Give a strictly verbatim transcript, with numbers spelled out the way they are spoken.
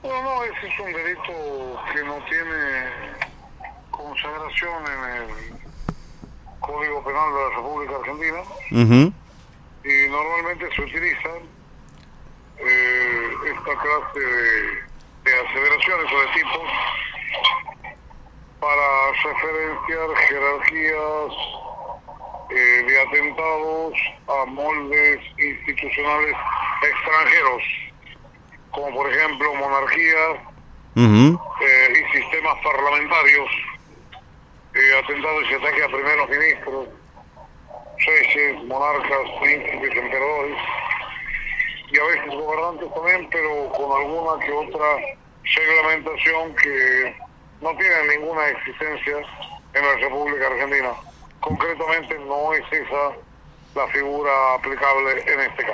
No, no, ese es un delito que no tiene consagración en el Código Penal de la República Argentina. Uh-huh. Y normalmente se utiliza eh, esta clase de, de aseveraciones o de tipos para referenciar jerarquías eh, de atentados a moldes institucionales extranjeros, como por ejemplo monarquías Uh-huh. eh, y sistemas parlamentarios, eh, atentados y ataques a primeros ministros, reyes, monarcas, príncipes, emperadores y a veces gobernantes también, pero con alguna que otra reglamentación que no tiene ninguna existencia en la República Argentina. Concretamente no es esa la figura aplicable en este caso.